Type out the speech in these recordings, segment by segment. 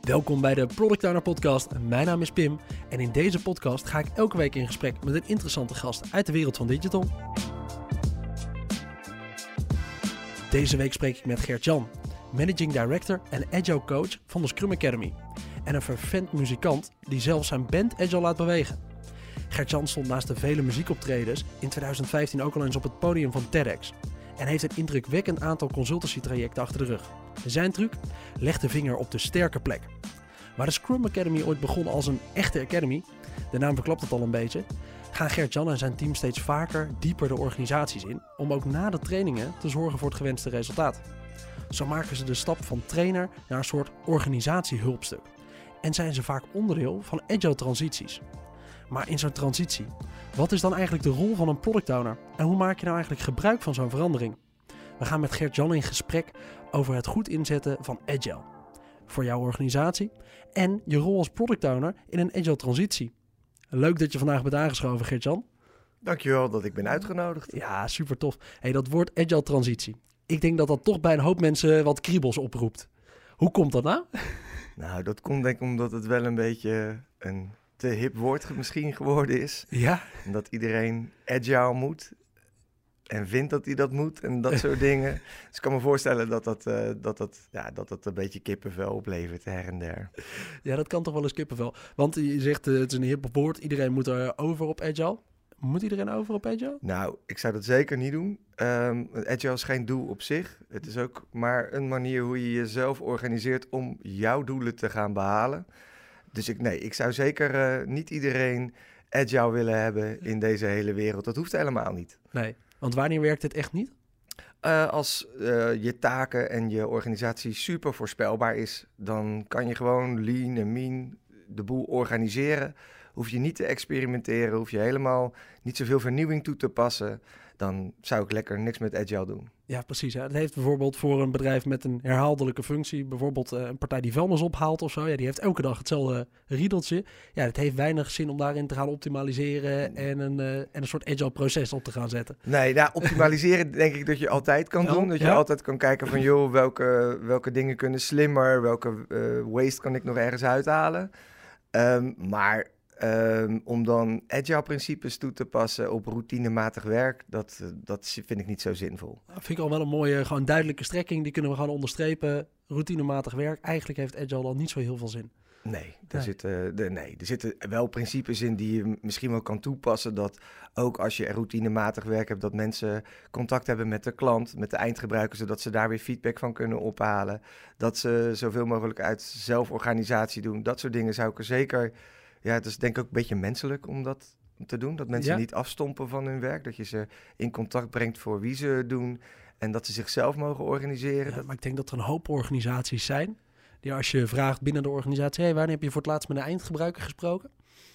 Welkom bij de Product Owner Podcast. Mijn naam is Pim en in deze podcast ga ik elke week in gesprek met een interessante gast uit de wereld van digital. Deze week spreek ik met Gert-Jan, Managing Director en Agile Coach van de Scrum Academy. En een fervent muzikant die zelfs zijn band Agile laat bewegen. Gert-Jan stond naast de vele muziekoptredens in 2015 ook al eens op het podium van TEDx. En heeft een indrukwekkend aantal consultancy-trajecten achter de rug. Zijn truc? Leg de vinger op de sterke plek. Waar de Scrum Academy ooit begon als een echte academy, de naam verklapt het al een beetje, gaan Gert-Jan en zijn team steeds vaker dieper de organisaties in om ook na de trainingen te zorgen voor het gewenste resultaat. Zo maken ze de stap van trainer naar een soort organisatiehulpstuk. En zijn ze vaak onderdeel van agile transities. Maar in zo'n transitie, wat is dan eigenlijk de rol van een product owner? En hoe maak je nou eigenlijk gebruik van zo'n verandering? We gaan met Gert-Jan in gesprek over het goed inzetten van agile. Voor jouw organisatie en je rol als product owner in een agile transitie. Leuk dat je vandaag bent aangeschoven, Gert-Jan. Dankjewel dat ik ben uitgenodigd. Ja, super tof. Hey, dat woord agile transitie. Ik denk dat dat toch bij een hoop mensen wat kriebels oproept. Hoe komt dat nou? Nou, dat komt denk ik omdat het wel een beetje een te hip woord misschien geworden is. Ja. En dat iedereen agile moet en vindt dat hij dat moet en dat soort dingen. Dus ik kan me voorstellen dat dat een beetje kippenvel oplevert her en der. Ja, dat kan toch wel eens kippenvel. Want je zegt het is een hip woord, iedereen moet er over op agile. Moet iedereen over op agile? Nou, ik zou dat zeker niet doen. Agile is geen doel op zich. Het is ook maar een manier hoe je jezelf organiseert om jouw doelen te gaan behalen. Dus ik zou zeker niet iedereen agile willen hebben in deze hele wereld. Dat hoeft helemaal niet. Nee, want wanneer werkt het echt niet? Als je taken en je organisatie super voorspelbaar is, dan kan je gewoon lean en mean de boel organiseren. Hoef je niet te experimenteren, hoef je helemaal niet zoveel vernieuwing toe te passen. Dan zou ik lekker niks met agile doen. Ja, precies. Hè. Het heeft bijvoorbeeld voor een bedrijf met een herhaaldelijke functie, bijvoorbeeld een partij die vuilnis ophaalt of zo, ja, die heeft elke dag hetzelfde riedeltje. Ja, het heeft weinig zin om daarin te gaan optimaliseren en een soort agile proces op te gaan zetten. Nee, nou, optimaliseren denk ik dat je altijd kan doen. Dat je altijd kan kijken van, joh, welke dingen kunnen slimmer, welke waste kan ik nog ergens uithalen. Maar om dan agile principes toe te passen op routinematig werk, dat vind ik niet zo zinvol. Dat vind ik al wel een mooie, gewoon duidelijke strekking. Die kunnen we gewoon onderstrepen. Routinematig werk. Eigenlijk heeft agile al niet zo heel veel zin. Nee, er zitten wel principes in die je misschien wel kan toepassen. Dat ook als je routinematig werk hebt, dat mensen contact hebben met de klant, met de eindgebruiker, zodat ze daar weer feedback van kunnen ophalen. Dat ze zoveel mogelijk uit zelforganisatie doen. Dat soort dingen zou ik er zeker. Ja, het is denk ik ook een beetje menselijk om dat te doen. Dat mensen niet afstompen van hun werk. Dat je ze in contact brengt voor wie ze het doen. En dat ze zichzelf mogen organiseren. Ja, maar ik denk dat er een hoop organisaties zijn die als je vraagt binnen de organisatie, hey, wanneer heb je voor het laatst met een eindgebruiker gesproken?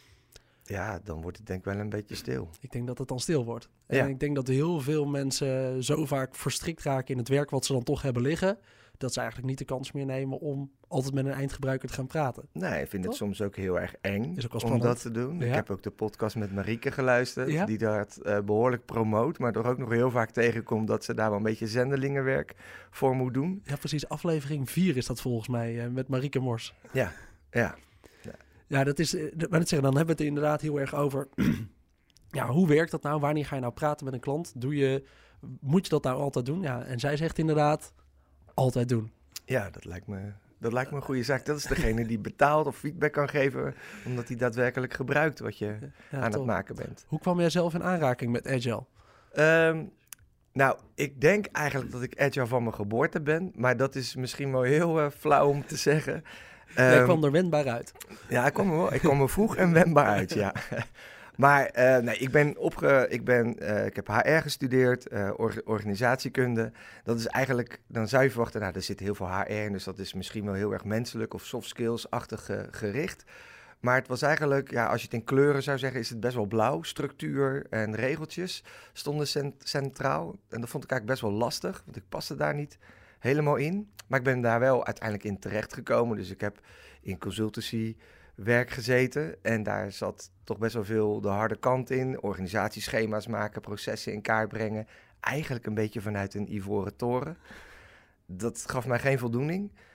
Ja, dan wordt het denk ik wel een beetje stil. Ik denk dat het dan stil wordt. En ik denk dat heel veel mensen zo vaak verstrikt raken in het werk wat ze dan toch hebben liggen, dat ze eigenlijk niet de kans meer nemen om altijd met een eindgebruiker te gaan praten. Nee, ik vind het soms ook heel erg eng is ook om dat te doen. Ja. Ik heb ook de podcast met Marieke geluisterd, die dat behoorlijk promoot, maar toch ook nog heel vaak tegenkomt dat ze daar wel een beetje zendelingenwerk voor moet doen. Ja, precies. Aflevering 4 is dat volgens mij, met Marieke Mors. Ja. Ja, dat is, dan hebben we het er inderdaad heel erg over. Ja, hoe werkt dat nou? Wanneer ga je nou praten met een klant? Moet je dat nou altijd doen? Ja, en zij zegt inderdaad, altijd doen. Ja, dat lijkt me een goede zaak. Dat is degene die betaalt of feedback kan geven, omdat hij daadwerkelijk gebruikt wat je aan het maken bent. Hoe kwam jij zelf in aanraking met agile? Nou, ik denk eigenlijk dat ik agile van mijn geboorte ben, maar dat is misschien wel heel flauw om te zeggen. Jij kwam er wendbaar uit. Ja, ik kwam er vroeg en wendbaar uit, ja. Maar ik heb HR gestudeerd, organisatiekunde. Dat is eigenlijk, dan zou je verwachten, er zit heel veel HR in, dus dat is misschien wel heel erg menselijk of soft skills-achtig gericht. Maar het was eigenlijk, als je het in kleuren zou zeggen, is het best wel blauw. Structuur en regeltjes stonden centraal. En dat vond ik eigenlijk best wel lastig, want ik paste daar niet helemaal in. Maar ik ben daar wel uiteindelijk in terechtgekomen. Dus ik heb in consultancy werk gezeten en daar zat toch best wel veel de harde kant in. Organisatieschema's maken, processen in kaart brengen. Eigenlijk een beetje vanuit een ivoren toren. Dat gaf mij geen voldoening.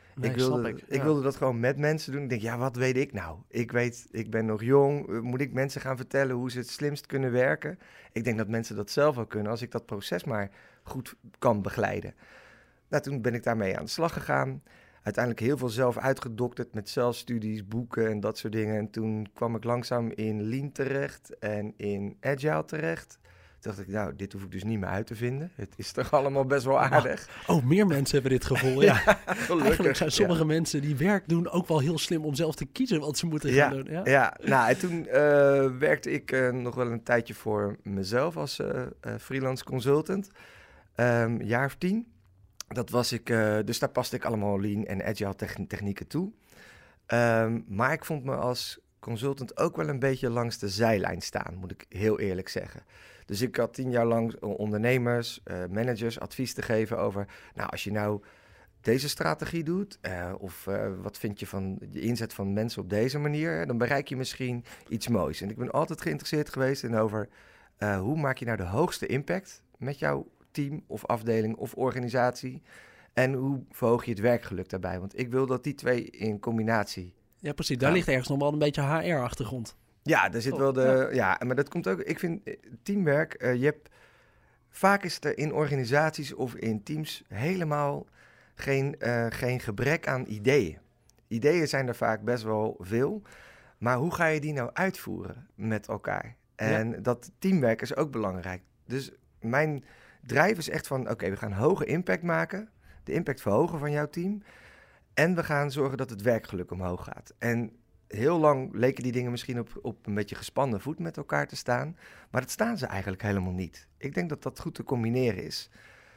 Nee, Ik wilde dat gewoon met mensen doen. Ik denk, ja, wat weet ik nou? Ik ben nog jong. Moet ik mensen gaan vertellen hoe ze het slimst kunnen werken? Ik denk dat mensen dat zelf wel kunnen als ik dat proces maar goed kan begeleiden. Nou, toen ben ik daarmee aan de slag gegaan. Uiteindelijk heel veel zelf uitgedokterd met zelfstudies, boeken en dat soort dingen. En toen kwam ik langzaam in Lean terecht en in Agile terecht. Toen dacht ik, nou, dit hoef ik dus niet meer uit te vinden. Het is toch allemaal best wel aardig. Oh, meer mensen hebben dit gevoel, ja. Gelukkig. Eigenlijk zijn sommige mensen die werk doen ook wel heel slim om zelf te kiezen wat ze moeten gaan doen. Ja, nou, en toen werkte ik nog wel een tijdje voor mezelf als freelance consultant. Een jaar of 10. Dat was ik, dus daar paste ik allemaal Lean en Agile technieken toe. Maar ik vond me als consultant ook wel een beetje langs de zijlijn staan, moet ik heel eerlijk zeggen. Dus ik had 10 jaar lang ondernemers, managers advies te geven over, nou, als je nou deze strategie doet, wat vind je van de inzet van mensen op deze manier, dan bereik je misschien iets moois. En ik ben altijd geïnteresseerd geweest in over hoe maak je nou de hoogste impact met jouw team of afdeling of organisatie en hoe verhoog je het werkgeluk daarbij? Want ik wil dat die twee in combinatie. Ja, precies. Daar ligt ergens nog wel een beetje HR-achtergrond. Ja, daar zit wel maar dat komt ook. Ik vind teamwerk. Vaak is er in organisaties of in teams helemaal geen gebrek aan ideeën. Ideeën zijn er vaak best wel veel. Maar hoe ga je die nou uitvoeren met elkaar? En dat teamwerk is ook belangrijk. Dus mijn drijf is echt van, oké, we gaan hoge impact maken. De impact verhogen van jouw team. En we gaan zorgen dat het werkgeluk omhoog gaat. En heel lang leken die dingen misschien op een beetje gespannen voet met elkaar te staan. Maar dat staan ze eigenlijk helemaal niet. Ik denk dat dat goed te combineren is.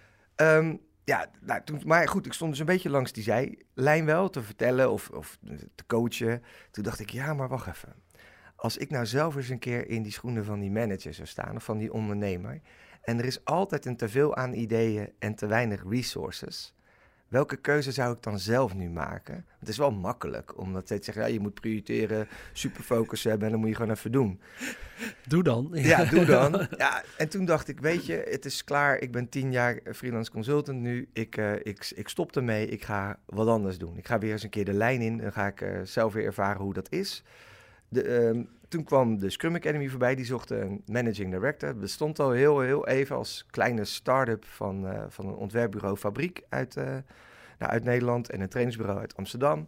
Maar goed, ik stond dus een beetje langs die zijlijn wel te vertellen of te coachen. Toen dacht ik, ja, maar wacht even. Als ik nou zelf eens een keer in die schoenen van die manager zou staan of van die ondernemer. En er is altijd een teveel aan ideeën en te weinig resources. Welke keuze zou ik dan zelf nu maken? Het is wel makkelijk, omdat ze zeggen, ja, je moet prioriteren, superfocus hebben en dan moet je gewoon even doen. Doe dan. Ja, doe dan. Ja, en toen dacht ik, weet je, het is klaar. Ik ben 10 jaar freelance consultant nu. Ik stop ermee. Ik ga wat anders doen. Ik ga weer eens een keer de lijn in. Dan ga ik zelf weer ervaren hoe dat is. Toen kwam de Scrum Academy voorbij. Die zocht een managing director. Het bestond al heel even als kleine start-up van een ontwerpbureau Fabriek uit Nederland en een trainingsbureau uit Amsterdam.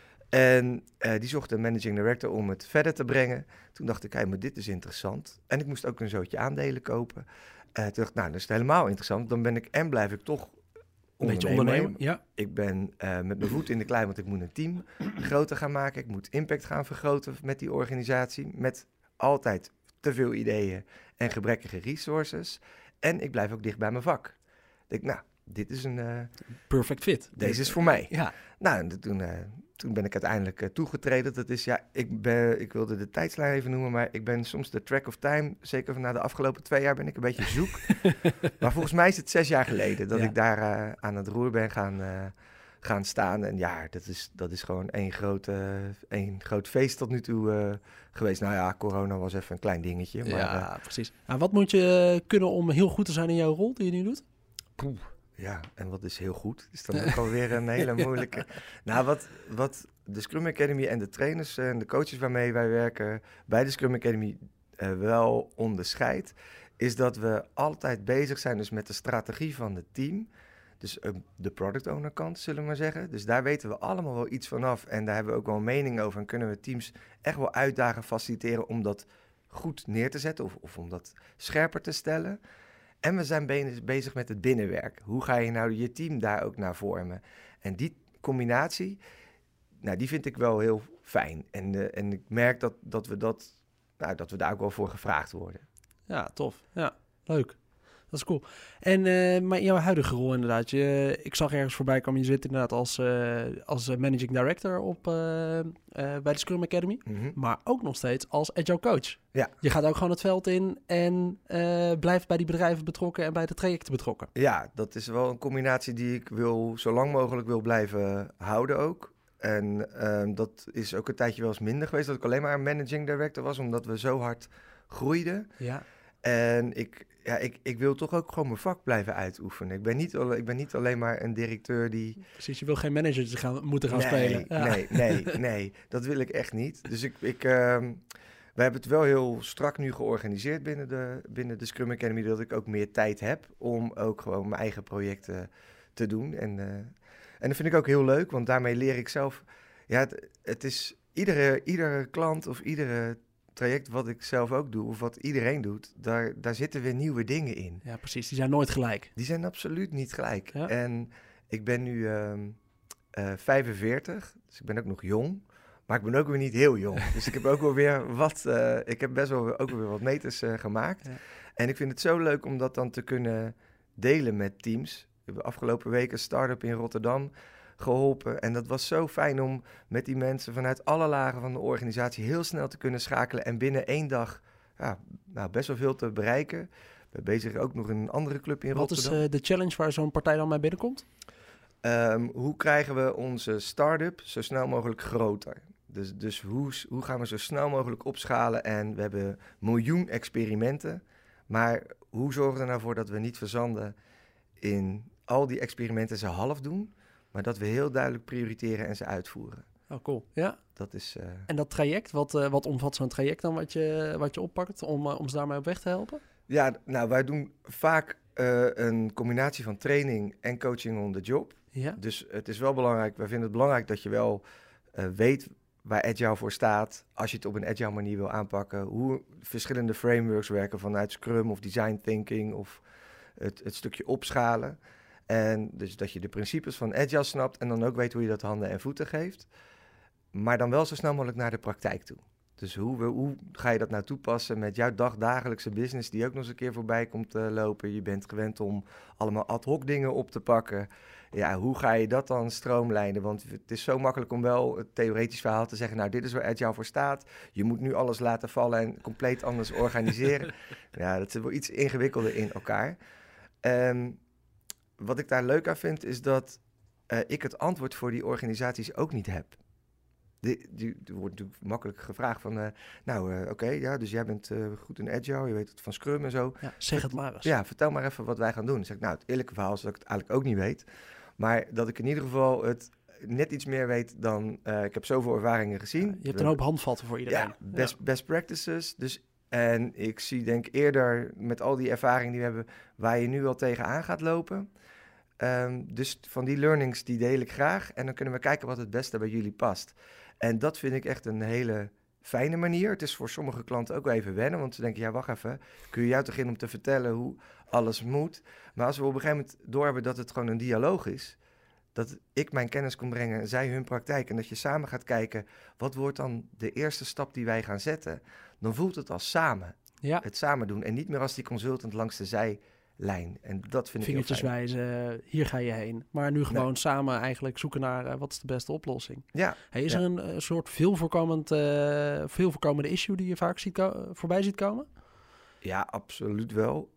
En die zocht een managing director om het verder te brengen. Toen dacht ik, maar dit is interessant. En ik moest ook een zootje aandelen kopen. Toen dacht ik, nou, dat is helemaal interessant. Dan blijf ik toch ondernemer. Ja. Ik ben met mijn voet in de klei, want ik moet een team groter gaan maken. Ik moet impact gaan vergroten met die organisatie. Met altijd te veel ideeën en gebrekkige resources. En ik blijf ook dicht bij mijn vak. Ik denk, nou, dit is een... perfect fit. Deze is voor mij. Ja. Nou, toen ben ik uiteindelijk toegetreden. Dat is, ik wilde de tijdslijn even noemen, maar ik ben soms de track of time, zeker na de afgelopen 2 jaar ben ik een beetje zoek. Maar volgens mij is het 6 jaar geleden dat ik daar aan het roer ben gaan staan. En ja, dat is gewoon één groot feest tot nu toe geweest. Nou ja, corona was even een klein dingetje. Maar, ja, precies. Nou, wat moet je kunnen om heel goed te zijn in jouw rol die je nu doet? Ja, en wat is heel goed? Is dan ook alweer een hele moeilijke... Nou, wat de Scrum Academy en de trainers en de coaches waarmee wij werken bij de Scrum Academy wel onderscheidt, is dat we altijd bezig zijn dus met de strategie van het team. Dus de product owner kant, zullen we maar zeggen. Dus daar weten we allemaal wel iets vanaf en daar hebben we ook wel een mening over en kunnen we teams echt wel uitdagen, faciliteren om dat goed neer te zetten of om dat scherper te stellen. En we zijn bezig met het binnenwerk. Hoe ga je nou je team daar ook naar vormen? En die combinatie, nou, die vind ik wel heel fijn. En ik merk dat we daar ook wel voor gevraagd worden. Ja, tof. Ja, leuk. Dat is cool. En maar jouw huidige rol inderdaad. Ik zag ergens voorbij komen. Je zit inderdaad als managing director bij de Scrum Academy. Mm-hmm. Maar ook nog steeds als agile coach. Ja. Je gaat ook gewoon het veld in en blijft bij die bedrijven betrokken en bij de trajecten betrokken. Ja, dat is wel een combinatie die ik zo lang mogelijk wil blijven houden ook. En dat is ook een tijdje wel eens minder geweest dat ik alleen maar een managing director was, omdat we zo hard groeiden. Ja. En ja, ik wil toch ook gewoon mijn vak blijven uitoefenen. Ik ben niet alleen maar een directeur die... Precies, je wil geen manager moeten gaan spelen. Ja. Nee, dat wil ik echt niet. Dus we hebben het wel heel strak nu georganiseerd binnen de Scrum Academy, dat ik ook meer tijd heb om ook gewoon mijn eigen projecten te doen. En dat vind ik ook heel leuk, want daarmee leer ik zelf... Ja, het is iedere klant of iedere traject wat ik zelf ook doe, of wat iedereen doet, daar zitten weer nieuwe dingen in. Ja, precies. Die zijn nooit gelijk. Die zijn absoluut niet gelijk. Ja. En ik ben nu 45, dus ik ben ook nog jong. Maar ik ben ook weer niet heel jong. Dus ik heb ook wel weer ik heb best wel ook weer wat meters gemaakt. Ja. En ik vind het zo leuk om dat dan te kunnen delen met teams. We hebben afgelopen week een start-up in Rotterdam geholpen. En dat was zo fijn om met die mensen vanuit alle lagen van de organisatie heel snel te kunnen schakelen. En binnen 1 dag best wel veel te bereiken. Ik ben bezig ook nog in een andere club in Rotterdam. Wat is de challenge waar zo'n partij dan mee binnenkomt? Hoe krijgen we onze start-up zo snel mogelijk groter? Dus hoe gaan we zo snel mogelijk opschalen? En we hebben 1 miljoen experimenten. Maar hoe zorgen we er nou voor dat we niet verzanden in al die experimenten ze half doen, maar dat we heel duidelijk prioriteren en ze uitvoeren? Oh, cool. Ja. Dat is, En dat traject, wat omvat zo'n traject dan wat je oppakt om ze daarmee op weg te helpen? Ja, nou, wij doen vaak een combinatie van training en coaching on the job. Ja. Dus het is wel belangrijk, wij vinden het belangrijk dat je wel weet waar Agile voor staat, als je het op een Agile manier wil aanpakken, hoe verschillende frameworks werken vanuit Scrum of Design Thinking of het stukje opschalen. En dus dat je de principes van Agile snapt en dan ook weet hoe je dat handen en voeten geeft. Maar dan wel zo snel mogelijk naar de praktijk toe. Dus hoe ga je dat nou toepassen met jouw dagdagelijkse business die ook nog eens een keer voorbij komt lopen. Je bent gewend om allemaal ad hoc dingen op te pakken. Ja, hoe ga je dat dan stroomlijnen? Want het is zo makkelijk om wel het theoretisch verhaal te zeggen, nou, dit is waar Agile voor staat. Je moet nu alles laten vallen en compleet anders organiseren. Ja, dat zit wel iets ingewikkelder in elkaar. Wat ik daar leuk aan vind, is dat ik het antwoord voor die organisaties ook niet heb. Er wordt natuurlijk makkelijk gevraagd van, dus jij bent goed in Agile, je weet het van Scrum en zo. Ja, zeg het maar eens. Ja, vertel maar even wat wij gaan doen. Dan zeg ik, nou, het eerlijke verhaal is dat ik het eigenlijk ook niet weet. Maar dat ik in ieder geval het net iets meer weet dan, ik heb zoveel ervaringen gezien. Ja, je hebt een hoop handvatten voor iedereen. Ja, best practices. Dus, en ik zie denk eerder met al die ervaring die we hebben, waar je nu al tegenaan gaat lopen. Dus van die learnings, die deel ik graag. En dan kunnen we kijken wat het beste bij jullie past. En dat vind ik echt een hele fijne manier. Het is voor sommige klanten ook wel even wennen, want ze denken, ja, wacht even, kun je jou toch in om te vertellen hoe alles moet? Maar als we op een gegeven moment doorhebben dat het gewoon een dialoog is, dat ik mijn kennis kon brengen en zij hun praktijk, en dat je samen gaat kijken, wat wordt dan de eerste stap die wij gaan zetten? Dan voelt het als samen. Ja. Het samen doen en niet meer als die consultant langs de zijlijn. En dat vind ik heel fijn. Wijzen, hier ga je heen. Maar nu gewoon samen eigenlijk zoeken naar wat is de beste oplossing. Ja. Hey, is er een soort veel voorkomende issue die je vaak voorbij ziet komen? Ja, absoluut wel.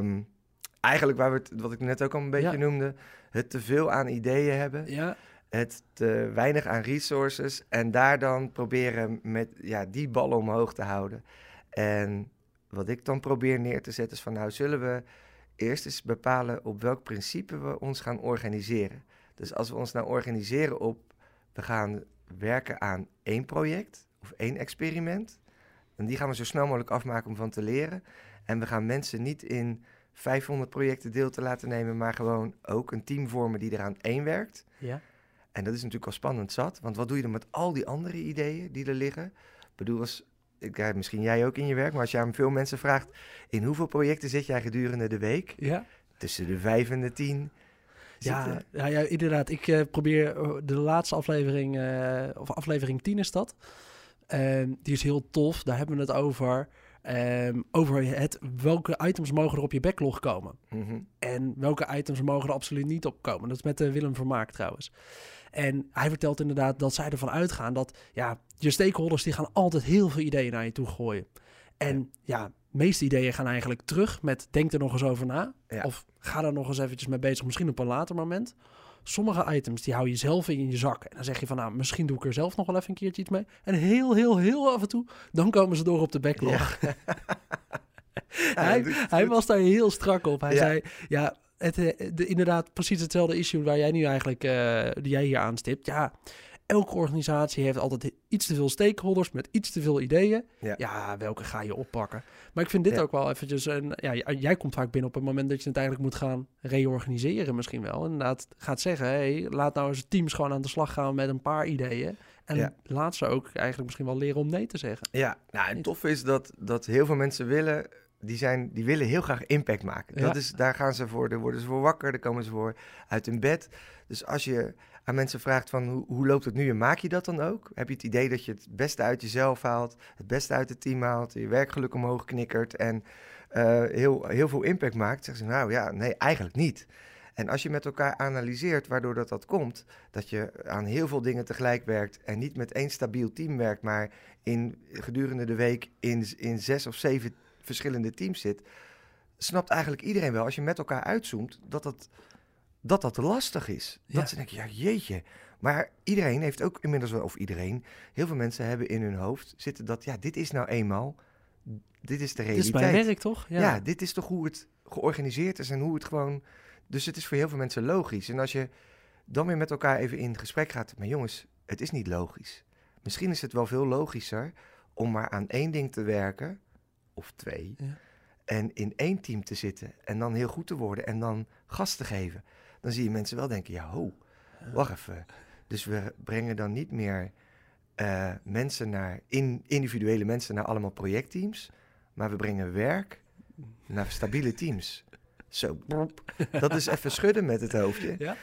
Eigenlijk wat ik net ook al een beetje noemde, het te veel aan ideeën hebben. Ja. Het te weinig aan resources. En daar dan proberen met die ballen omhoog te houden. En wat ik dan probeer neer te zetten is van, nou, zullen we eerst eens bepalen op welk principe we ons gaan organiseren. Dus als we ons nou organiseren op, we gaan werken aan 1 project of 1 experiment. En die gaan we zo snel mogelijk afmaken om van te leren. En we gaan mensen niet in 500 projecten deel te laten nemen, maar gewoon ook een team vormen die eraan 1 werkt. Ja. En dat is natuurlijk al spannend zat, want wat doe je dan met al die andere ideeën die er liggen? Ik bedoel, misschien jij ook in je werk, maar als je aan veel mensen vraagt, in hoeveel projecten zit jij gedurende de week? Ja. Tussen de 5 en de 10. Ja, inderdaad. Ik probeer de laatste aflevering, of aflevering 10 is dat. Die is heel tof. Daar hebben we het over. Welke items mogen er op je backlog komen. Mm-hmm. En welke items mogen er absoluut niet op komen. Dat is met Willem Vermaak trouwens. En hij vertelt inderdaad dat zij ervan uitgaan dat je stakeholders die gaan altijd heel veel ideeën naar je toe gooien. En de meeste ideeën gaan eigenlijk terug met denk er nog eens over na. Ja. Of ga er nog eens eventjes mee bezig, misschien op een later moment. Sommige items die hou je zelf in je zak. En dan zeg je van, nou, misschien doe ik er zelf nog wel even een keertje iets mee. En heel af en toe, dan komen ze door op de backlog. Ja. Hij was daar heel strak op. Hij Ja. zei, ja, inderdaad precies hetzelfde issue waar jij nu eigenlijk, die jij hier aanstipt. Ja, elke organisatie heeft altijd iets te veel stakeholders met iets te veel ideeën. Ja. Ja, welke ga je oppakken? Maar ik vind dit ook wel eventjes jij komt vaak binnen op het moment dat je het eigenlijk moet gaan reorganiseren misschien wel. Inderdaad gaat zeggen, hey, laat nou eens teams gewoon aan de slag gaan met een paar ideeën. En laat ze ook eigenlijk misschien wel leren om nee te zeggen. Ja, nou, en tof is dat heel veel mensen willen, die willen heel graag impact maken. Ja. Daar gaan ze voor, daar worden ze voor wakker, daar komen ze voor uit hun bed. Dus als je aan mensen vraagt van hoe loopt het nu en maak je dat dan ook? Heb je het idee dat je het beste uit jezelf haalt, het beste uit het team haalt, je werkgeluk omhoog knikkert en heel veel impact maakt? Zeggen ze, nou ja, nee, eigenlijk niet. En als je met elkaar analyseert waardoor dat komt, dat je aan heel veel dingen tegelijk werkt en niet met één stabiel team werkt, maar gedurende de week in 6 of 7 verschillende teams zit, snapt eigenlijk iedereen wel, als je met elkaar uitzoomt, dat lastig is. Ja. Dat ze denken, ja jeetje. Maar iedereen heeft ook inmiddels wel, of iedereen, heel veel mensen hebben in hun hoofd zitten dat, ja, dit is nou eenmaal, dit is de realiteit. Dit is mijn werk, toch? Ja, dit is toch hoe het georganiseerd is en hoe het gewoon... Dus het is voor heel veel mensen logisch. En als je dan weer met elkaar even in gesprek gaat, maar jongens, het is niet logisch. Misschien is het wel veel logischer om maar aan één ding te werken, of 2, en in één team te zitten en dan heel goed te worden en dan gas te geven. Dan zie je mensen wel denken, ja, wacht even. Dus we brengen dan niet meer individuele mensen naar allemaal projectteams, maar we brengen werk naar stabiele teams. Zo, dat is even schudden met het hoofdje. Ja?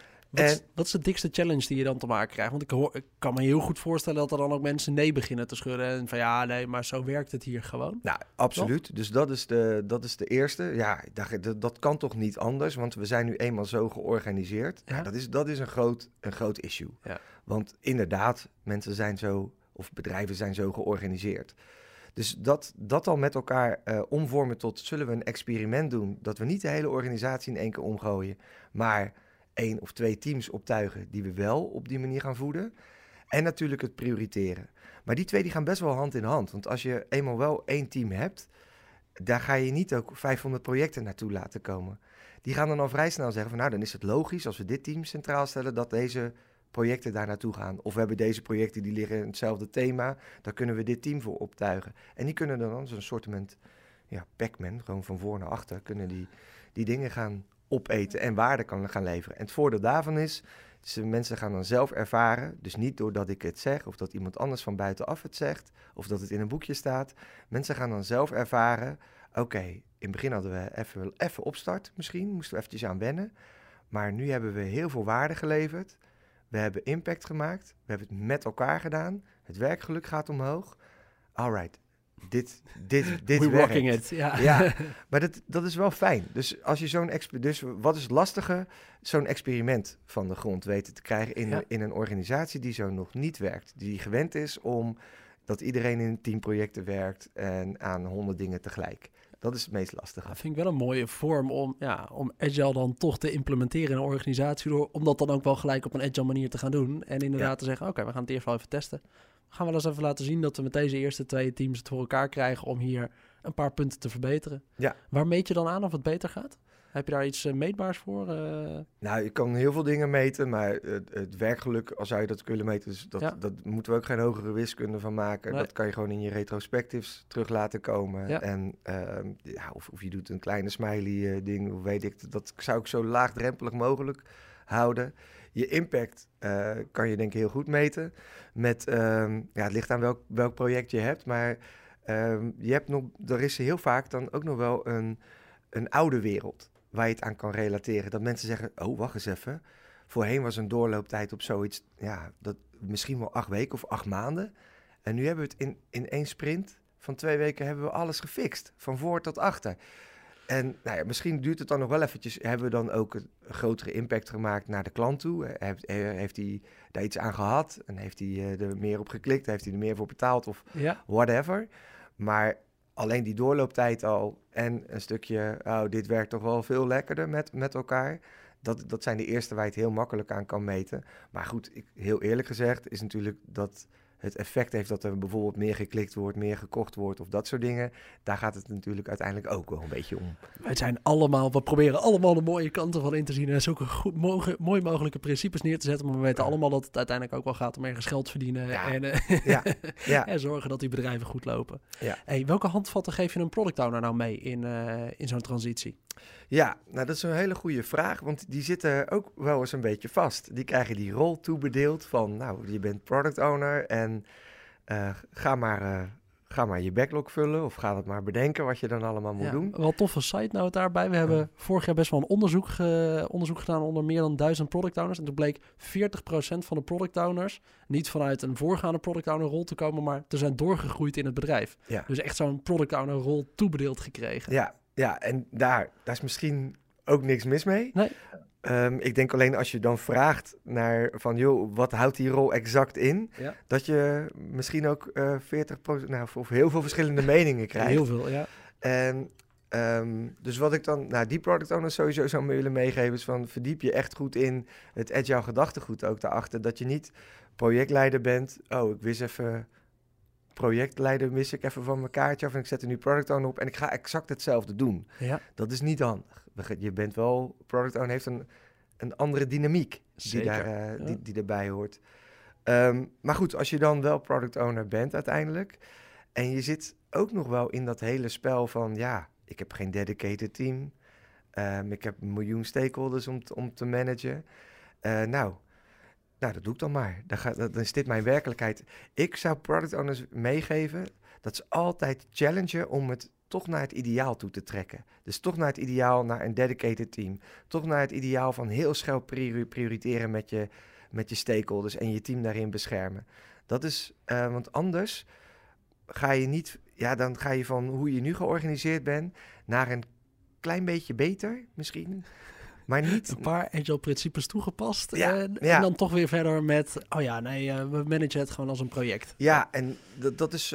Wat is de dikste challenge die je dan te maken krijgt? Want ik kan me heel goed voorstellen dat er dan ook mensen nee beginnen te schudden. En van ja, nee, maar zo werkt het hier gewoon. Nou, absoluut. Toch? Dus dat is de eerste. Ja, dat kan toch niet anders, want we zijn nu eenmaal zo georganiseerd. Ja? Nou, dat is een groot issue. Ja. Want inderdaad, mensen zijn zo, of bedrijven zijn zo georganiseerd. Dus dat al met elkaar omvormen tot, zullen we een experiment doen, dat we niet de hele organisatie in één keer omgooien, maar 1 of 2 teams optuigen die we wel op die manier gaan voeden. En natuurlijk het prioriteren. Maar die 2 die gaan best wel hand in hand. Want als je eenmaal wel 1 team hebt, daar ga je niet ook 500 projecten naartoe laten komen. Die gaan dan al vrij snel zeggen van, nou, dan is het logisch als we dit team centraal stellen dat deze projecten daar naartoe gaan. Of we hebben deze projecten die liggen in hetzelfde thema, daar kunnen we dit team voor optuigen. En die kunnen dan zo'n soortement, Pac-Man, gewoon van voor naar achter, kunnen die dingen gaan opeten en waarde kan gaan leveren. En het voordeel daarvan is, mensen gaan dan zelf ervaren, dus niet doordat ik het zeg, of dat iemand anders van buitenaf het zegt, of dat het in een boekje staat. Mensen gaan dan zelf ervaren, oké, in het begin hadden we even opstart misschien, moesten we eventjes aan wennen, maar nu hebben we heel veel waarde geleverd. We hebben impact gemaakt, we hebben het met elkaar gedaan, het werkgeluk gaat omhoog. Alright, dit We're working it, ja, maar dat is wel fijn. Dus als je dus wat is lastiger? Zo'n experiment van de grond weten te krijgen in een organisatie die zo nog niet werkt. Die gewend is om dat iedereen in teamprojecten werkt en aan 100 dingen tegelijk. Dat is het meest lastige. Dat vind ik wel een mooie vorm om Agile dan toch te implementeren in een organisatie, om dat dan ook wel gelijk op een Agile manier te gaan doen. En inderdaad te zeggen, oké, we gaan het eerst wel even testen. Gaan we wel eens even laten zien dat we met deze eerste 2 teams het voor elkaar krijgen om hier een paar punten te verbeteren. Ja. Waar meet je dan aan of het beter gaat? Heb je daar iets meetbaars voor? Nou, je kan heel veel dingen meten, maar het werkgeluk, als zou je dat kunnen meten, dus dat moeten we ook geen hogere wiskunde van maken. Nee. Dat kan je gewoon in je retrospectives terug laten komen. Ja. En of je doet een kleine smiley ding, of weet ik, dat zou ik zo laagdrempelig mogelijk houden. Je impact kan je denk ik heel goed meten. Het ligt aan welk project je hebt, maar er is heel vaak dan ook nog wel een oude wereld waar je het aan kan relateren. Dat mensen zeggen, oh, wacht eens even. Voorheen was een doorlooptijd op zoiets, dat misschien wel 8 weken of 8 maanden. En nu hebben we het in 1 sprint van 2 weken hebben we alles gefixt. Van voor tot achter. En misschien duurt het dan nog wel eventjes. Hebben we dan ook een grotere impact gemaakt naar de klant toe? Heeft hij daar iets aan gehad? En heeft hij er meer op geklikt? Heeft hij er meer voor betaald? Of whatever. Maar alleen die doorlooptijd al en een stukje, dit werkt toch wel veel lekkerder met elkaar. Dat zijn de eerste waar je het heel makkelijk aan kan meten. Maar goed, heel eerlijk gezegd is natuurlijk dat het effect heeft dat er bijvoorbeeld meer geklikt wordt, meer gekocht wordt of dat soort dingen. Daar gaat het natuurlijk uiteindelijk ook wel een beetje om. We proberen allemaal de mooie kanten van in te zien en zulke mooi mogelijke principes neer te zetten. Maar we weten allemaal dat het uiteindelijk ook wel gaat om ergens geld verdienen en zorgen dat die bedrijven goed lopen. Ja. Hey, welke handvatten geef je een product owner nou mee in zo'n transitie? Ja, nou dat is een hele goede vraag, want die zitten ook wel eens een beetje vast. Die krijgen die rol toebedeeld van, nou, je bent product owner en ga maar je backlog vullen of ga het maar bedenken wat je dan allemaal moet doen. Wel toffe side note daarbij. We hebben vorig jaar best wel een onderzoek gedaan onder meer dan 1000 product owners. En toen bleek 40% van de product owners niet vanuit een voorgaande product owner rol te komen, maar te zijn doorgegroeid in het bedrijf. Ja. Dus echt zo'n product owner rol toebedeeld gekregen. Ja, en daar is misschien ook niks mis mee. Nee. Ik denk alleen als je dan vraagt naar van, joh, wat houdt die rol exact in? Ja. Dat je misschien ook 40%, of heel veel verschillende meningen krijgt. Heel veel, ja. En dus wat ik dan, die product owners sowieso zou willen meegeven is van, verdiep je echt goed in het agile gedachtegoed ook daarachter. Dat je niet projectleider bent. Oh, ik wist even... projectleider mis ik even van mijn kaartje af en ik zet er nu product owner op en ik ga exact hetzelfde doen. Ja. Dat is niet handig. Je bent wel, product owner heeft een andere dynamiek die erbij hoort. Maar goed, als je dan wel product owner bent uiteindelijk en je zit ook nog wel in dat hele spel van, ik heb geen dedicated team, ik heb 1 miljoen stakeholders om te managen. Nou, dat doe ik dan maar. Dan is dit mijn werkelijkheid. Ik zou product owners meegeven dat ze altijd challengen om het toch naar het ideaal toe te trekken. Dus toch naar het ideaal, naar een dedicated team. Toch naar het ideaal van heel scherp prioriteren met je stakeholders en je team daarin beschermen. Dat is, want anders ga je niet, dan ga je van hoe je nu georganiseerd bent naar een klein beetje beter misschien. Maar niet... Een paar agile principes toegepast en dan toch weer verder met... we managen het gewoon als een project. Ja, en dat is...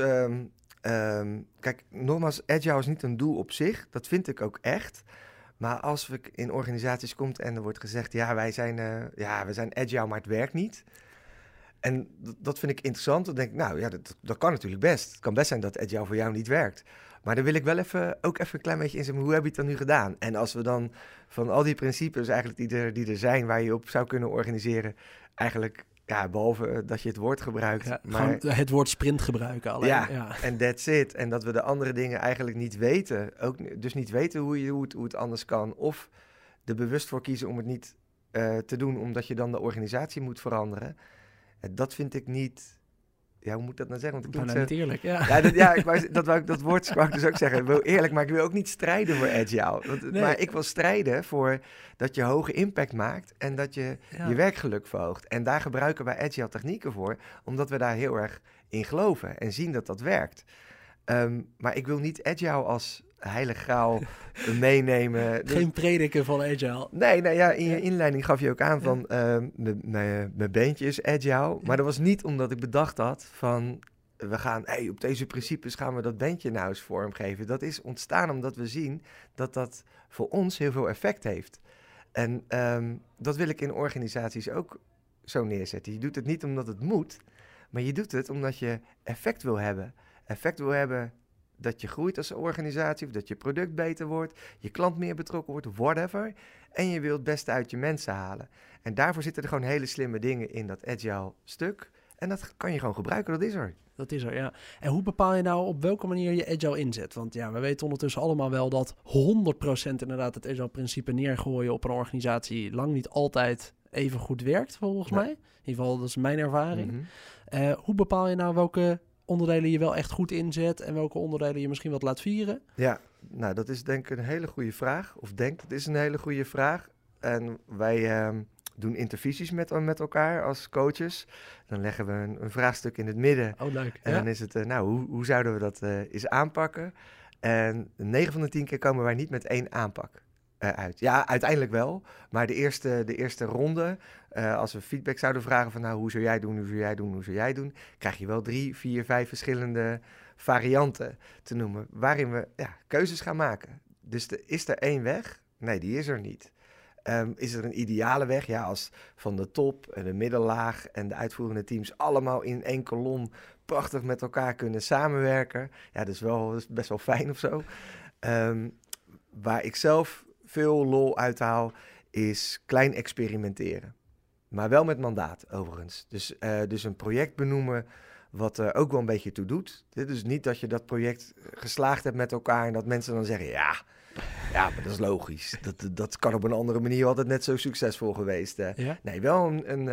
kijk, nogmaals, agile is niet een doel op zich. Dat vind ik ook echt. Maar als we in organisaties komt en er wordt gezegd... we zijn agile, maar het werkt niet. En dat vind ik interessant. Dan denk ik, dat kan natuurlijk best. Het kan best zijn dat agile voor jou niet werkt. Maar dan wil ik wel even een klein beetje inzetten. Hoe heb je het dan nu gedaan? En als we dan van al die principes eigenlijk die er zijn... waar je op zou kunnen organiseren... eigenlijk, behalve dat je het woord gebruikt... Ja, maar het woord sprint gebruiken alleen. En that's it. En dat we de andere dingen eigenlijk niet weten. Ook, dus niet weten hoe het anders kan. Of er bewust voor kiezen om het niet te doen... omdat je dan de organisatie moet veranderen. Dat vind ik niet... hoe moet ik dat nou zeggen? Want bijna niet eerlijk, dat woord wou ik dus ook zeggen. Ik wil eerlijk, maar ik wil ook niet strijden voor agile. Maar ik wil strijden voor dat je hoge impact maakt en dat je je werkgeluk verhoogt. En daar gebruiken wij agile technieken voor, omdat we daar heel erg in geloven en zien dat dat werkt. Maar ik wil niet agile als heilig graal meenemen. Geen prediker van agile. Nee, in je inleiding gaf je ook aan van... mijn beentje is agile. Maar dat was niet omdat ik bedacht had van... we gaan, op deze principes gaan we dat bandje nou eens vormgeven. Dat is ontstaan omdat we zien dat dat voor ons heel veel effect heeft. En dat wil ik in organisaties ook zo neerzetten. Je doet het niet omdat het moet, maar je doet het omdat je effect wil hebben. Effect wil hebben dat je groeit als organisatie, of dat je product beter wordt, je klant meer betrokken wordt, whatever. En je wilt het beste uit je mensen halen. En daarvoor zitten er gewoon hele slimme dingen in dat agile stuk. En dat kan je gewoon gebruiken, dat is er. Dat is er, ja. En hoe bepaal je nou op welke manier je agile inzet? Want we weten ondertussen allemaal wel dat 100% inderdaad het agile principe neergooien op een organisatie lang niet altijd even goed werkt, volgens mij. In ieder geval, dat is mijn ervaring. Mm-hmm. Hoe bepaal je nou welke onderdelen je wel echt goed inzet en welke onderdelen je misschien wat laat vieren? Ja, nou dat is denk ik een hele goede vraag. Het is een hele goede vraag. En wij doen intervisies met elkaar als coaches. Dan leggen we een vraagstuk in het midden. Oh, leuk. En dan is het, hoe zouden we dat eens aanpakken? En 9 van de 10 keer komen wij niet met 1 aanpak uit. Ja, uiteindelijk wel. Maar de eerste ronde, als we feedback zouden vragen van... hoe zou jij doen, hoe zou jij doen... krijg je wel 3, 4, 5 verschillende varianten te noemen... waarin we keuzes gaan maken. Dus is er 1 weg? Nee, die is er niet. Is er een ideale weg? Ja, als van de top en de middellaag en de uitvoerende teams allemaal in één kolom prachtig met elkaar kunnen samenwerken. Ja, dat is best wel fijn of zo. Waar ik zelf veel lol uithaal, is klein experimenteren. Maar wel met mandaat, overigens. Dus een project benoemen wat er ook wel een beetje toe doet. Dit is niet dat je dat project geslaagd hebt met elkaar en dat mensen dan zeggen, ja, maar dat is logisch. Dat kan op een andere manier altijd net zo succesvol geweest. Ja? Nee, wel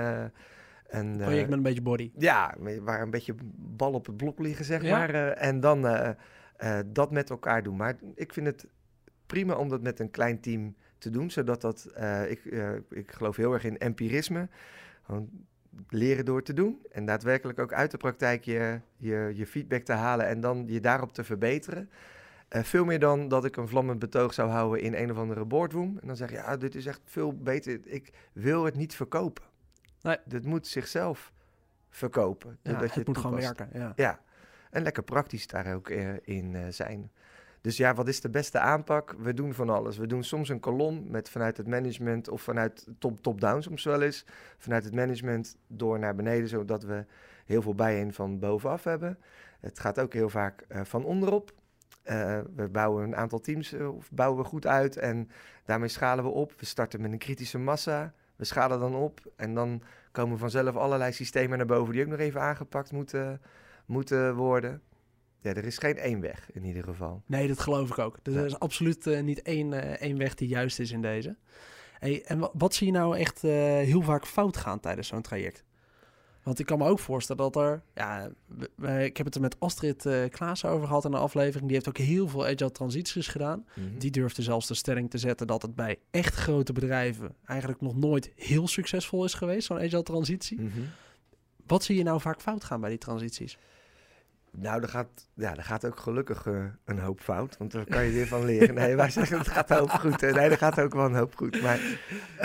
een Project met een beetje body. Ja, waar een beetje bal op het blok liggen, zeg Ja. maar. En dan dat met elkaar doen. Maar ik vind het prima om dat met een klein team te doen, zodat ik geloof heel erg in empirisme. Gewoon leren door te doen en daadwerkelijk ook uit de praktijk je feedback te halen en dan je daarop te verbeteren. Veel meer dan dat ik een vlammend betoog zou houden in een of andere boardroom. En dan zeg je, ja, dit is echt veel beter. Ik wil het niet verkopen. Nee. Dit moet zichzelf verkopen. Ja, dat je het moet gewoon toepast. werken. Ja. Ja, en lekker praktisch daar ook in zijn. Dus ja, wat is de beste aanpak? We doen van alles. We doen soms een kolom vanuit het management of vanuit top-down soms wel eens. Vanuit het management door naar beneden, zodat we heel veel bijeen van bovenaf hebben. Het gaat ook heel vaak van onderop. We bouwen een aantal teams bouwen we goed uit en daarmee schalen we op. We starten met een kritische massa. We schalen dan op en dan komen vanzelf allerlei systemen naar boven die ook nog even aangepakt moeten worden. Ja, er is geen één weg in ieder geval. Nee, dat geloof ik ook. Er Ja. is absoluut niet één weg die juist is in deze. Hey, en wat zie je nou echt heel vaak fout gaan tijdens zo'n traject? Want ik kan me ook voorstellen dat er... Ja, ik heb het er met Astrid Klaassen over gehad in de aflevering. Die heeft ook heel veel agile transities gedaan. Mhm. Die durfde zelfs de stelling te zetten dat het bij echt grote bedrijven eigenlijk nog nooit heel succesvol is geweest, zo'n agile transitie. Mhm. Wat zie je nou vaak fout gaan bij die transities? Nou, er gaat ook gelukkig een hoop fout, want daar kan je weer van leren. Nee, wij zeggen het gaat een hoop goed. Nee, er gaat ook wel een hoop goed. Maar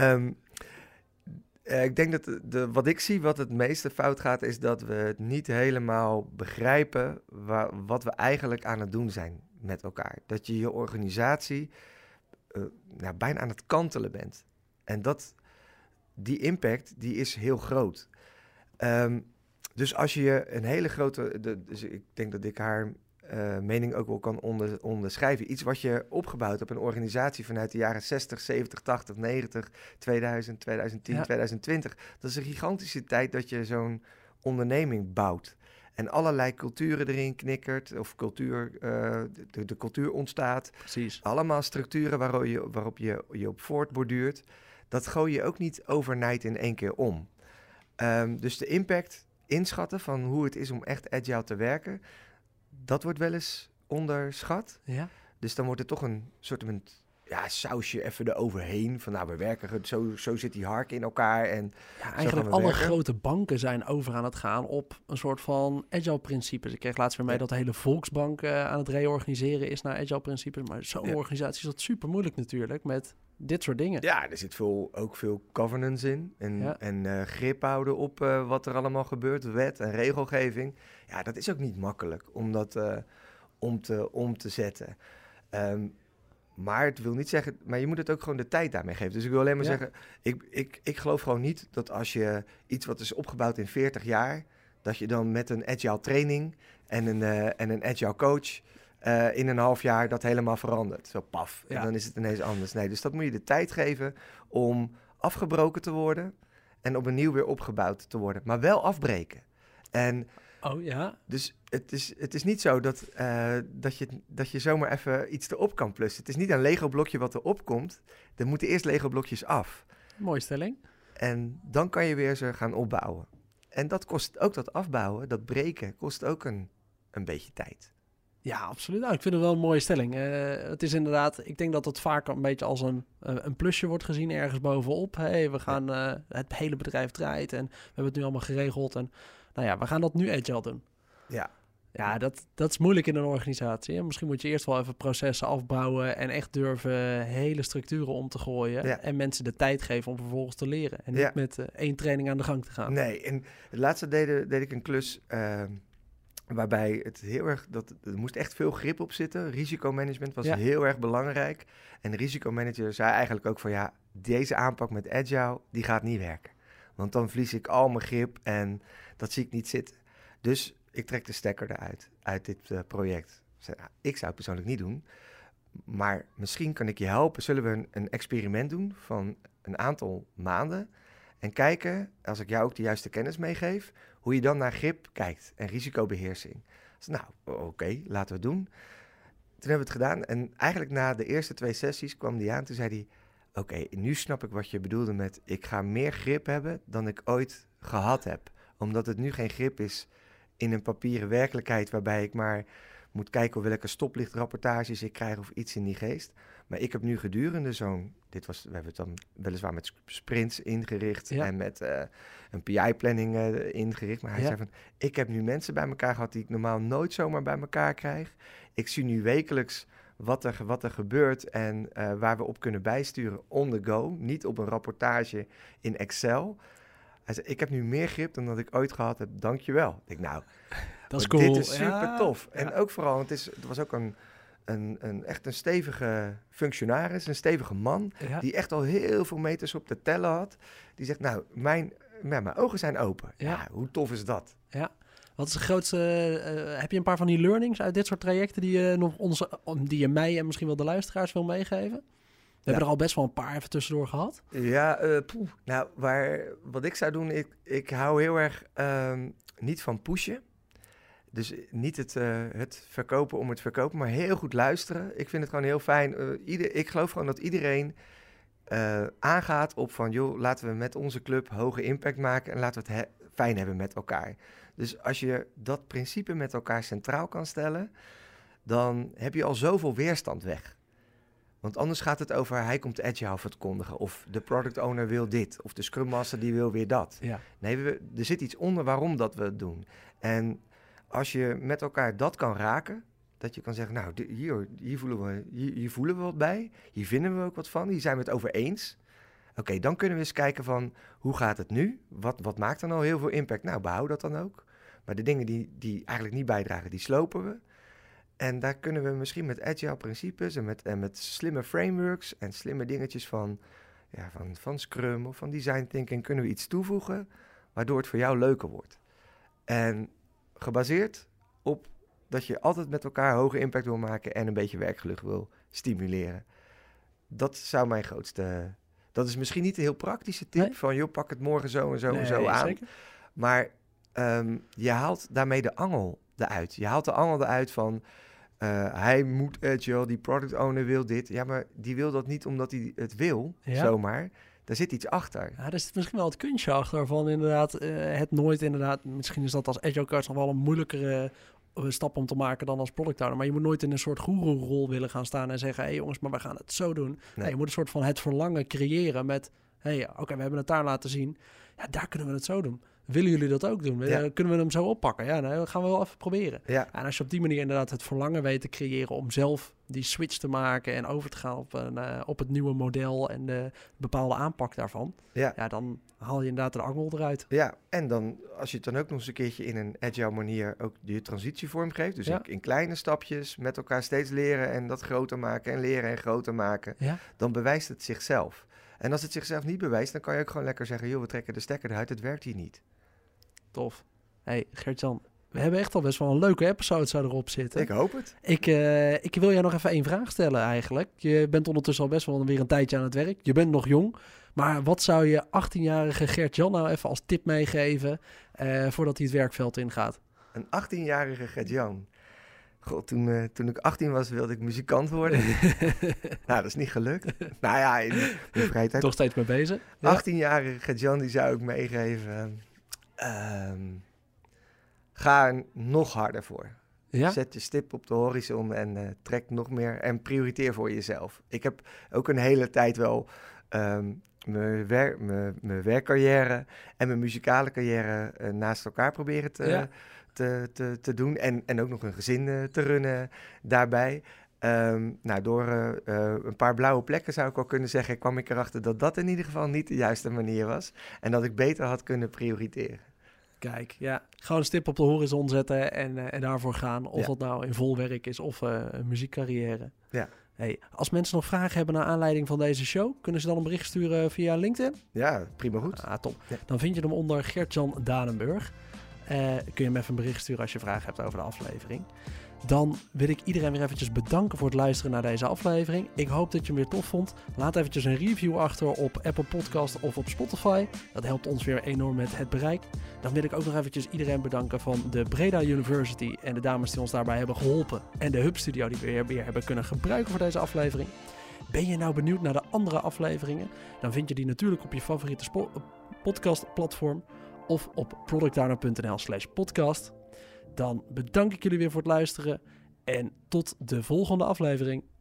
ik denk dat wat ik zie, wat het meeste fout gaat, is dat we het niet helemaal begrijpen wat we eigenlijk aan het doen zijn met elkaar. Dat je organisatie bijna aan het kantelen bent. En die impact, die is heel groot. Dus als je een hele grote... Dus ik denk dat ik haar mening ook wel kan onderschrijven. Iets wat je opgebouwd hebt, een organisatie vanuit de jaren 60, 70, 80, 90, 2000, 2010, Ja. 2020. Dat is een gigantische tijd dat je zo'n onderneming bouwt. En allerlei culturen erin knikkert, of de cultuur ontstaat. Precies. Allemaal structuren waarop je op voortborduurt. Dat gooi je ook niet overnight in één keer om. Dus de impact inschatten van hoe het is om echt agile te werken, dat wordt wel eens onderschat. Ja. Dus dan wordt het toch een soort van sausje even eroverheen. Van nou, we werken het, zo zit die hark in elkaar. En Ja, eigenlijk we alle werken. grote banken zijn over aan het gaan op een soort van agile principes. Ik kreeg laatst weer mee Ja. dat de hele Volksbank aan het reorganiseren is naar agile principes. Maar zo'n Ja. organisatie is dat super moeilijk natuurlijk met dit soort dingen. ja, er zit ook veel governance in. Ja. En grip houden op wat er allemaal gebeurt. Wet en regelgeving. Ja, dat is ook niet makkelijk om dat om te zetten. Maar het wil niet zeggen... Maar je moet het ook gewoon de tijd daarmee geven. Dus ik wil alleen maar Ja. zeggen... Ik geloof gewoon niet dat als je iets wat is opgebouwd in 40 jaar... dat je dan met een agile training en een agile coach... in een half jaar dat helemaal verandert. Zo paf. Ja. En dan is het ineens anders. Nee, dus dat moet je de tijd geven om afgebroken te worden... en opnieuw weer opgebouwd te worden. Maar wel afbreken. En... Oh ja? Dus het is niet zo dat je zomaar even iets erop kan plussen. Het is niet een Lego-blokje wat erop komt. Er moeten eerst Lego-blokjes af. Mooie stelling. En dan kan je weer ze gaan opbouwen. En dat kost ook dat afbouwen, dat breken, kost ook een beetje tijd. Ja, absoluut. Nou, ik vind het wel een mooie stelling. Het is inderdaad, ik denk dat het vaak een beetje als een plusje wordt gezien ergens bovenop. Hey, we gaan, het hele bedrijf draait en we hebben het nu allemaal geregeld. En nou ja, we gaan dat nu agile doen. Ja. Ja, dat is moeilijk in een organisatie. Hè? Misschien moet je eerst wel even processen afbouwen en echt durven hele structuren om te gooien. Ja. En mensen de tijd geven om vervolgens te leren. En niet Ja. met één training aan de gang te gaan. Nee, en het laatste deed ik een klus Waarbij het heel erg, er moest echt veel grip op zitten. Risicomanagement was Ja. heel erg belangrijk. En de risicomanager zei eigenlijk ook van ja, deze aanpak met Agile, die gaat niet werken. Want dan verlies ik al mijn grip en dat zie ik niet zitten. Dus ik trek de stekker eruit, uit dit project. Ik zei, nou, ik zou het persoonlijk niet doen, maar misschien kan ik je helpen. Zullen we een experiment doen van een aantal maanden en kijken, als ik jou ook de juiste kennis meegeef, hoe je dan naar grip kijkt en risicobeheersing. Dus, nou, oké, laten we het doen. Toen hebben we het gedaan en eigenlijk na de eerste 2 sessies kwam die aan. Toen zei hij, oké, nu snap ik wat je bedoelde met ik ga meer grip hebben dan ik ooit gehad heb. Omdat het nu geen grip is in een papieren werkelijkheid waarbij ik maar moet kijken welke stoplichtrapportages ik krijg of iets in die geest. Maar ik heb nu gedurende we hebben het dan weliswaar met sprints ingericht en met een PI-planning ingericht. Maar hij zei van, ik heb nu mensen bij elkaar gehad die ik normaal nooit zomaar bij elkaar krijg. Ik zie nu wekelijks wat er gebeurt en waar we op kunnen bijsturen on the go. Niet op een rapportage in Excel. Hij zei, ik heb nu meer grip dan dat ik ooit gehad heb. Dank je wel. Ik denk, nou, dat is cool. Dit is super tof. Ja. En ook vooral, het was ook echt een stevige functionaris, een stevige man, die echt al heel veel meters op de tellen had. Die zegt, nou, mijn ogen zijn open. Ja, hoe tof is dat? Ja. Wat is de grootste... heb je een paar van die learnings uit dit soort trajecten die je mij en misschien wel de luisteraars wil meegeven? We hebben er al best wel een paar even tussendoor gehad. Ja, nou, wat ik zou doen, ik hou heel erg niet van pushen. Dus niet het verkopen om het verkopen, maar heel goed luisteren. Ik vind het gewoon heel fijn. Ik geloof gewoon dat iedereen aangaat op van, joh, laten we met onze club hoge impact maken en laten we het fijn hebben met elkaar. Dus als je dat principe met elkaar centraal kan stellen, dan heb je al zoveel weerstand weg. Want anders gaat het over, hij komt Agile verkondigen, of de product owner wil dit, of de Scrum Master die wil weer dat. Ja. Nee, er zit iets onder waarom dat we het doen. En als je met elkaar dat kan raken, dat je kan zeggen, nou, hier voelen we wat bij, hier vinden we ook wat van, hier zijn we het over eens. Oké, dan kunnen we eens kijken van, hoe gaat het nu? Wat maakt er nou heel veel impact? Nou, behoud dat dan ook. Maar de dingen die eigenlijk niet bijdragen, die slopen we. En daar kunnen we misschien met agile principes en met slimme frameworks en slimme dingetjes van Scrum of van design thinking kunnen we iets toevoegen, waardoor het voor jou leuker wordt. En gebaseerd op dat je altijd met elkaar hoge impact wil maken en een beetje werkgeluk wil stimuleren. Dat zou mijn grootste... Dat is misschien niet een heel praktische tip van, joh, pak het morgen zo en zo en zo aan. Zeker. Maar je haalt daarmee de angel eruit. Je haalt de angel eruit van, hij moet agile, die product owner wil dit. Ja, maar die wil dat niet omdat hij het wil, zomaar. Daar zit iets achter. Ja, er zit misschien wel het kunstje achter van inderdaad het nooit inderdaad... Misschien is dat als agile coach nog wel een moeilijkere stap om te maken dan als product owner. Maar je moet nooit in een soort goeroe-rol willen gaan staan en zeggen, hé jongens, maar we gaan het zo doen. Nee, je moet een soort van het verlangen creëren met, oké, we hebben het daar laten zien. Ja, daar kunnen we het zo doen. Willen jullie dat ook doen? Kunnen we hem zo oppakken? Ja, nou, dat gaan we wel even proberen. Ja. En als je op die manier inderdaad het verlangen weet te creëren om zelf die switch te maken en over te gaan op het nieuwe model en de bepaalde aanpak daarvan, dan haal je inderdaad de angel eruit. Ja, en dan als je het dan ook nog eens een keertje in een agile manier ook je transitievorm geeft, dus in kleine stapjes met elkaar steeds leren en dat groter maken en leren en groter maken, dan bewijst het zichzelf. En als het zichzelf niet bewijst, dan kan je ook gewoon lekker zeggen, joh, we trekken de stekker eruit, het werkt hier niet. Tof. Hey, Gert-Jan, we hebben echt al best wel een leuke episode zou erop zitten. Ik hoop het. Ik wil jou nog even 1 vraag stellen eigenlijk. Je bent ondertussen al best wel weer een tijdje aan het werk. Je bent nog jong. Maar wat zou je 18-jarige Gert-Jan nou even als tip meegeven voordat hij het werkveld ingaat? Een 18-jarige Gert-Jan. God, toen ik 18 was, wilde ik muzikant worden. Nou, dat is niet gelukt. Nou ja, in de vrije tijd. Toch steeds mee bezig. 18-jarige Gert-Jan, die zou ik meegeven. Ga er nog harder voor. Ja? Zet je stip op de horizon en trek nog meer en prioriteer voor jezelf. Ik heb ook een hele tijd wel mijn werkcarrière en mijn muzikale carrière naast elkaar proberen te doen. En ook nog een gezin te runnen daarbij. Door een paar blauwe plekken zou ik wel kunnen zeggen, kwam ik erachter dat dat in ieder geval niet de juiste manier was. En dat ik beter had kunnen prioriteren. Kijk, ja. Gewoon een stip op de horizon zetten en daarvoor gaan. Of dat nou in vol werk is of een muziekcarrière. Ja. Hey, als mensen nog vragen hebben naar aanleiding van deze show, kunnen ze dan een bericht sturen via LinkedIn? Ja, prima goed. Top. Ja. Dan vind je hem onder Gert-Jan Danenburg. Kun je hem even een bericht sturen als je vragen hebt over de aflevering. Dan wil ik iedereen weer eventjes bedanken voor het luisteren naar deze aflevering. Ik hoop dat je hem weer tof vond. Laat eventjes een review achter op Apple Podcast of op Spotify. Dat helpt ons weer enorm met het bereik. Dan wil ik ook nog eventjes iedereen bedanken van de Breda University en de dames die ons daarbij hebben geholpen. En de Hub Studio die we weer hebben kunnen gebruiken voor deze aflevering. Ben je nou benieuwd naar de andere afleveringen? Dan vind je die natuurlijk op je favoriete podcastplatform of op productowner.nl/podcast. Dan bedank ik jullie weer voor het luisteren en tot de volgende aflevering.